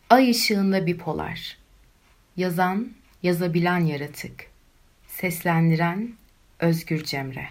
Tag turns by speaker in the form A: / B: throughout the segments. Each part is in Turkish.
A: Ay ışığında bipolar. Yazan, yazabilen yaratık. Seslendiren Özgür Cemre.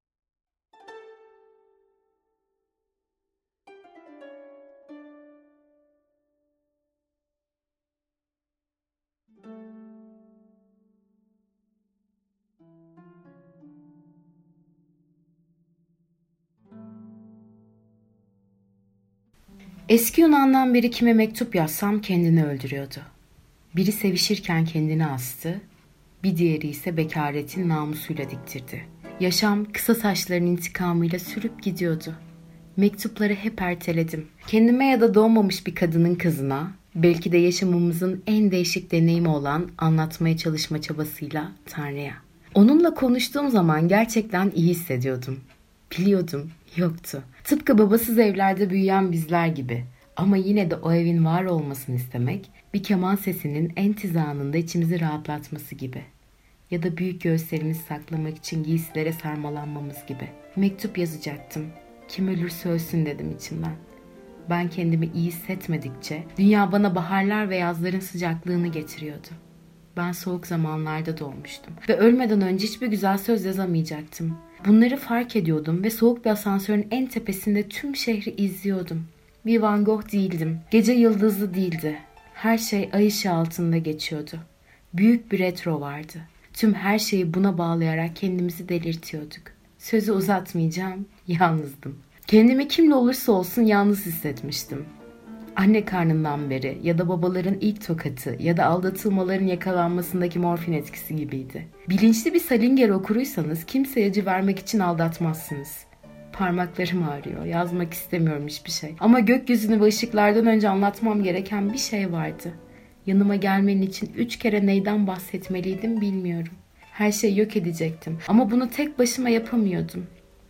A: Eski Yunan'dan beri kime mektup yazsam kendini öldürüyordu. Biri sevişirken kendini astı, bir diğeri ise bekaretin namusuyla diktirdi. Yaşam kısa saçların intikamıyla sürüp gidiyordu. Mektupları hep erteledim. Kendime ya da doğmamış bir kadının kızına, belki de yaşamımızın en değişik deneyimi olan anlatmaya çalışma çabasıyla Tanrı'ya. Onunla konuştuğum zaman gerçekten iyi hissediyordum. Biliyordum, yoktu. Tıpkı babasız evlerde büyüyen bizler gibi. Ama yine de o evin var olmasını istemek, bir keman sesinin en tiz anında içimizi rahatlatması gibi. Ya da büyük göğüslerimizi saklamak için giysilere sarmalanmamız gibi. Mektup yazacaktım. Kim ölürse ölsün dedim içimden. Ben kendimi iyi hissetmedikçe dünya bana baharlar ve yazların sıcaklığını getiriyordu. Ben soğuk zamanlarda doğmuştum ve ölmeden önce hiçbir güzel söz yazamayacaktım. Bunları fark ediyordum ve soğuk bir asansörün en tepesinde tüm şehri izliyordum. Bir Van Gogh değildim. Gece yıldızlı değildi. Her şey ay ışığı altında geçiyordu. Büyük bir retro vardı. Tüm her şeyi buna bağlayarak kendimizi delirtiyorduk. Sözü uzatmayacağım, yalnızdım. Kendimi kimle olursa olsun yalnız hissetmiştim. Anne karnından beri ya da babaların ilk tokatı ya da aldatılmaların yakalanmasındaki morfin etkisi gibiydi. Bilinçli bir Salinger okuruysanız kimseye acı vermek için aldatmazsınız. Parmaklarım ağrıyor, yazmak istemiyorum hiçbir şey. Ama gökyüzünü ve ışıklardan önce anlatmam gereken bir şey vardı. Yanıma gelmen için 3 kere neyden bahsetmeliydim bilmiyorum. Her şeyi yok edecektim ama bunu tek başıma yapamıyordum.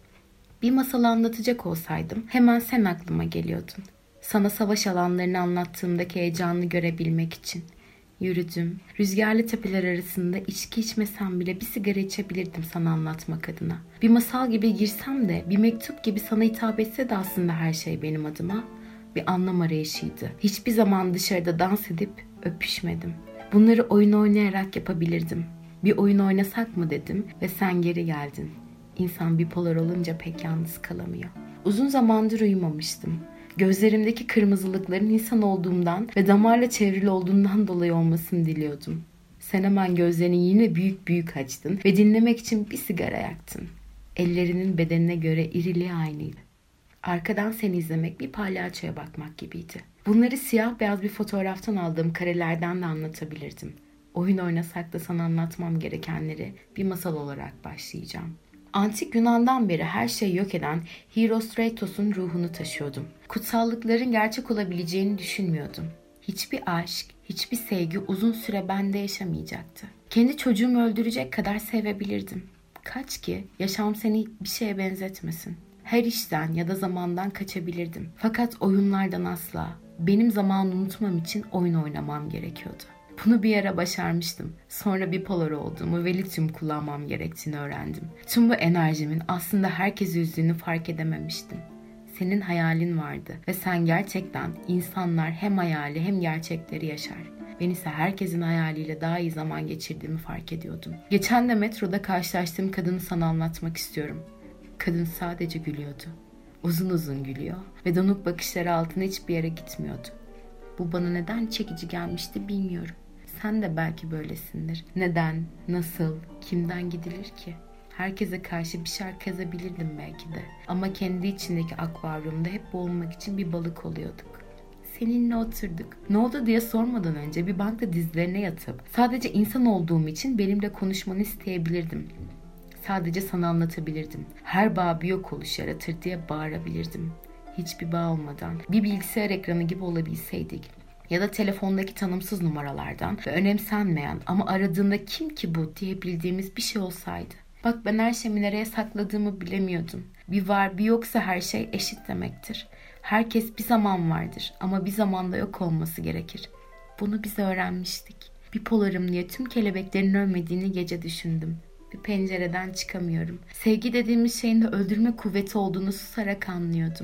A: Bir masal anlatacak olsaydım hemen sen aklıma geliyordun. Sana savaş alanlarını anlattığımdaki heyecanını görebilmek için. Yürüdüm. Rüzgarlı tepeler arasında içki içmesem bile bir sigara içebilirdim sana anlatmak adına. Bir masal gibi girsem de bir mektup gibi sana hitap etse de aslında her şey benim adıma bir anlam arayışıydı. Hiçbir zaman dışarıda dans edip öpüşmedim. Bunları oyun oynayarak yapabilirdim. Bir oyun oynasak mı dedim ve sen geri geldin. İnsan bipolar olunca pek yalnız kalamıyor. Uzun zamandır uyumamıştım. Gözlerimdeki kırmızılıkların insan olduğumdan ve damarla çevrili olduğundan dolayı olmasını diliyordum. Sen hemen gözlerini yine büyük büyük açtın ve dinlemek için bir sigara yaktın. Ellerinin bedenine göre iriliği aynıydı. Arkadan seni izlemek bir palyaçoya bakmak gibiydi. Bunları siyah beyaz bir fotoğraftan aldığım karelerden de anlatabilirdim. Oyun oynasak da sana anlatmam gerekenleri bir masal olarak başlayacağım. Antik Yunan'dan beri her şeyi yok eden Herostratus'un ruhunu taşıyordum. Kutsallıkların gerçek olabileceğini düşünmüyordum. Hiçbir aşk, hiçbir sevgi uzun süre bende yaşamayacaktı. Kendi çocuğumu öldürecek kadar sevebilirdim. Kaç ki yaşam seni bir şeye benzetmesin. Her işten ya da zamandan kaçabilirdim. Fakat oyunlardan asla. Benim zamanı unutmam için oyun oynamam gerekiyordu. Bunu bir ara başarmıştım. Sonra bipolar olduğumu ve lityum kullanmam gerektiğini öğrendim. Tüm bu enerjimin aslında herkesi üzdüğünü fark edememiştim. Senin hayalin vardı ve sen gerçekten insanlar hem hayali hem gerçekleri yaşar. Ben ise herkesin hayaliyle daha iyi zaman geçirdiğimi fark ediyordum. Geçen de metroda karşılaştığım kadını sana anlatmak istiyorum. Kadın sadece gülüyordu. Uzun uzun gülüyor ve donuk bakışları altına hiçbir yere gitmiyordu. Bu bana neden çekici gelmişti bilmiyorum. Sen de belki böylesindir. Neden, nasıl, kimden gidilir ki? Herkese karşı bir şarkı yazabilirdim belki de. Ama kendi içindeki akvaryumda hep boğulmak için bir balık oluyorduk. Seninle oturduk. Ne oldu diye sormadan önce bir bankta dizlerine yatıp sadece insan olduğum için benimle konuşmanı isteyebilirdim. Sadece sana anlatabilirdim. Her bağ bir yok oluş yaratır diye bağırabilirdim. Hiçbir bağ olmadan bir bilgisayar ekranı gibi olabilseydik. Ya da telefondaki tanımsız numaralardan ve önemsenmeyen ama aradığında kim ki bu diyebildiğimiz bir şey olsaydı. Bak ben her şeyimi nereye sakladığımı bilemiyordum. Bir var bir yoksa her şey eşit demektir. Herkes bir zaman vardır ama bir zamanda yok olması gerekir. Bunu biz öğrenmiştik. Bipolarım diye tüm kelebeklerin ölmediğini gece düşündüm. Bir pencereden çıkamıyorum. Sevgi dediğimiz şeyin de öldürme kuvveti olduğunu susarak anlıyordum.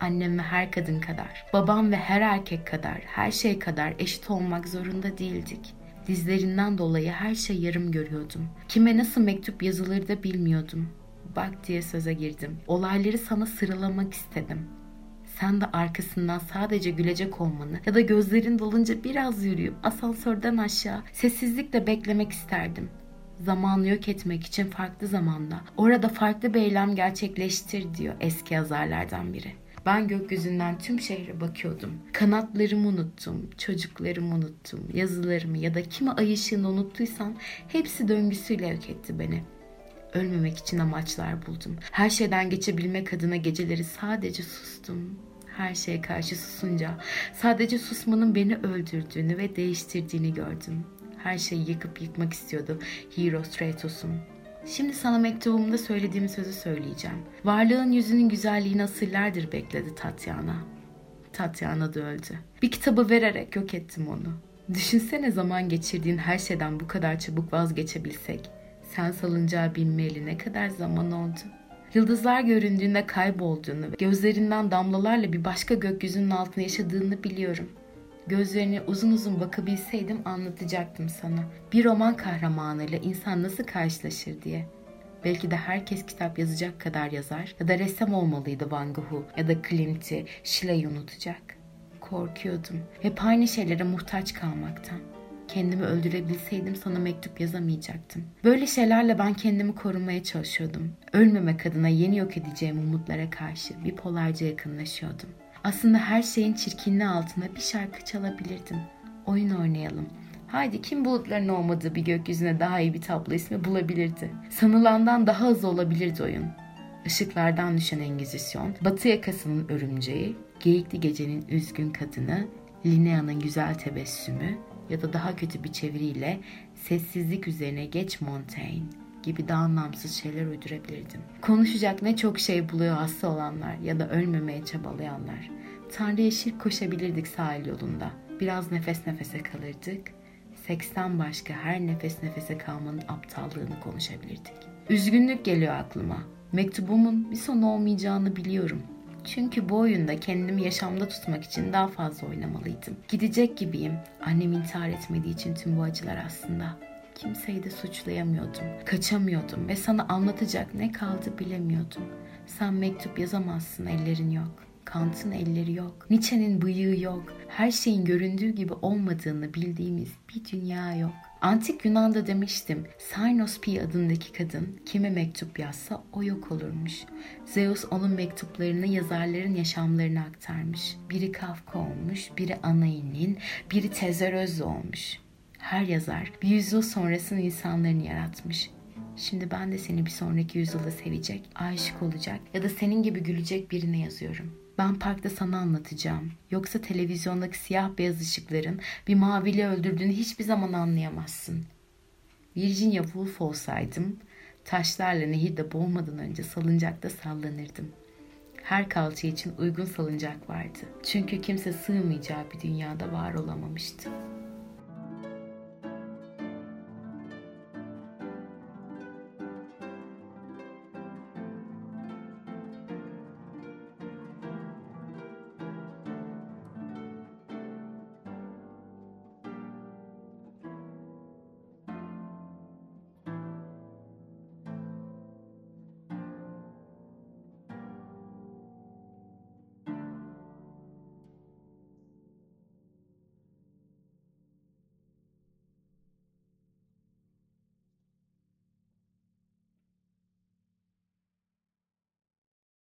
A: Annem ve her kadın kadar, babam ve her erkek kadar, her şey kadar eşit olmak zorunda değildik. Dizlerinden dolayı her şey yarım görüyordum. Kime nasıl mektup yazılır da bilmiyordum. Bak diye söze girdim. Olayları sana sıralamak istedim. Sen de arkasından sadece gülecek olmanı ya da gözlerin dolunca biraz yürüyüp asansörden aşağı sessizlikle beklemek isterdim. Zamanı yok etmek için farklı zamanda, orada farklı bir eylem gerçekleştir diyor eski yazarlardan biri. Ben gökyüzünden tüm şehre bakıyordum. Kanatlarımı unuttum, çocuklarımı unuttum, yazılarımı ya da kimi ay ışığını unuttuysam hepsi döngüsüyle yok etti beni. Ölmemek için amaçlar buldum. Her şeyden geçebilmek adına geceleri sadece sustum. Her şeye karşı susunca sadece susmanın beni öldürdüğünü ve değiştirdiğini gördüm. Her şeyi yıkıp yıkmak istiyordu Herostratus'um. Şimdi sana mektubumda söylediğim sözü söyleyeceğim. Varlığın yüzünün güzelliğini asırlardır bekledi Tatyana. Tatyana da öldü. Bir kitabı vererek yok ettim onu. Düşünsene zaman geçirdiğin her şeyden bu kadar çabuk vazgeçebilsek. Sen salıncağa binmeyeli ne kadar zaman oldu? Yıldızlar göründüğünde kaybolduğunu ve gözlerinden damlalarla bir başka gökyüzünün altında yaşadığını biliyorum. Gözlerine uzun uzun bakabilseydim anlatacaktım sana. Bir roman kahramanıyla insan nasıl karşılaşır diye. Belki de herkes kitap yazacak kadar yazar ya da ressam olmalıydı Van Gogh'u ya da Klimt'i, Schiller'i unutacak. Korkuyordum. Hep aynı şeylere muhtaç kalmaktan. Kendimi öldürebilseydim sana mektup yazamayacaktım. Böyle şeylerle ben kendimi korumaya çalışıyordum. Ölmemek adına yeni yok edeceğim umutlara karşı bipolarca yakınlaşıyordum. Aslında her şeyin çirkinliği altında bir şarkı çalabilirdim. Oyun oynayalım. Haydi kim bulutların olmadığı bir gökyüzüne daha iyi bir tablo ismi bulabilirdi? Sanılandan daha hızlı olabilirdi oyun. Işıklardan düşen Engizisyon, Batı yakasının örümceği, Geyikli Gecenin üzgün kadını, Linnea'nın güzel tebessümü ya da daha kötü bir çeviriyle Sessizlik üzerine geç Montaigne gibi daha anlamsız şeyler uydurabilirdim. Konuşacak ne çok şey buluyor hasta olanlar ya da ölmemeye çabalayanlar. Tanrı'ya şirk koşabilirdik sahil yolunda. Biraz nefes nefese kalırdık. Seksten başka her nefes nefese kalmanın aptallığını konuşabilirdik. Üzgünlük geliyor aklıma. Mektubumun bir sonu olmayacağını biliyorum. Çünkü bu oyunda kendimi yaşamda tutmak için daha fazla oynamalıydım. Gidecek gibiyim. Annem intihar etmediği için tüm bu acılar aslında. Kimseyi de suçlayamıyordum. Kaçamıyordum ve sana anlatacak ne kaldı bilemiyordum. Sen mektup yazamazsın, ellerin yok. Kant'ın elleri yok. Nietzsche'nin bıyığı yok. Her şeyin göründüğü gibi olmadığını bildiğimiz bir dünya yok. Antik Yunan'da demiştim, Sinos Pi adındaki kadın kime mektup yazsa o yok olurmuş. Zeus onun mektuplarını yazarların yaşamlarını aktarmış. Biri Kafka olmuş, biri Anaïs'nin, biri Tezerözü olmuş. Her yazar bir yüzyıl sonrasının insanlarını yaratmış. Şimdi ben de seni bir sonraki yüzyılda sevecek, aşık olacak ya da senin gibi gülecek birine yazıyorum. Ben parkta sana anlatacağım. Yoksa televizyondaki siyah beyaz ışıkların bir mavili öldürdüğünü hiçbir zaman anlayamazsın. Virginia Woolf olsaydım, taşlarla nehirde boğmadan önce salıncakta sallanırdım. Her kalça için uygun salıncak vardı. Çünkü kimse sığmayacağı bir dünyada var olamamıştı.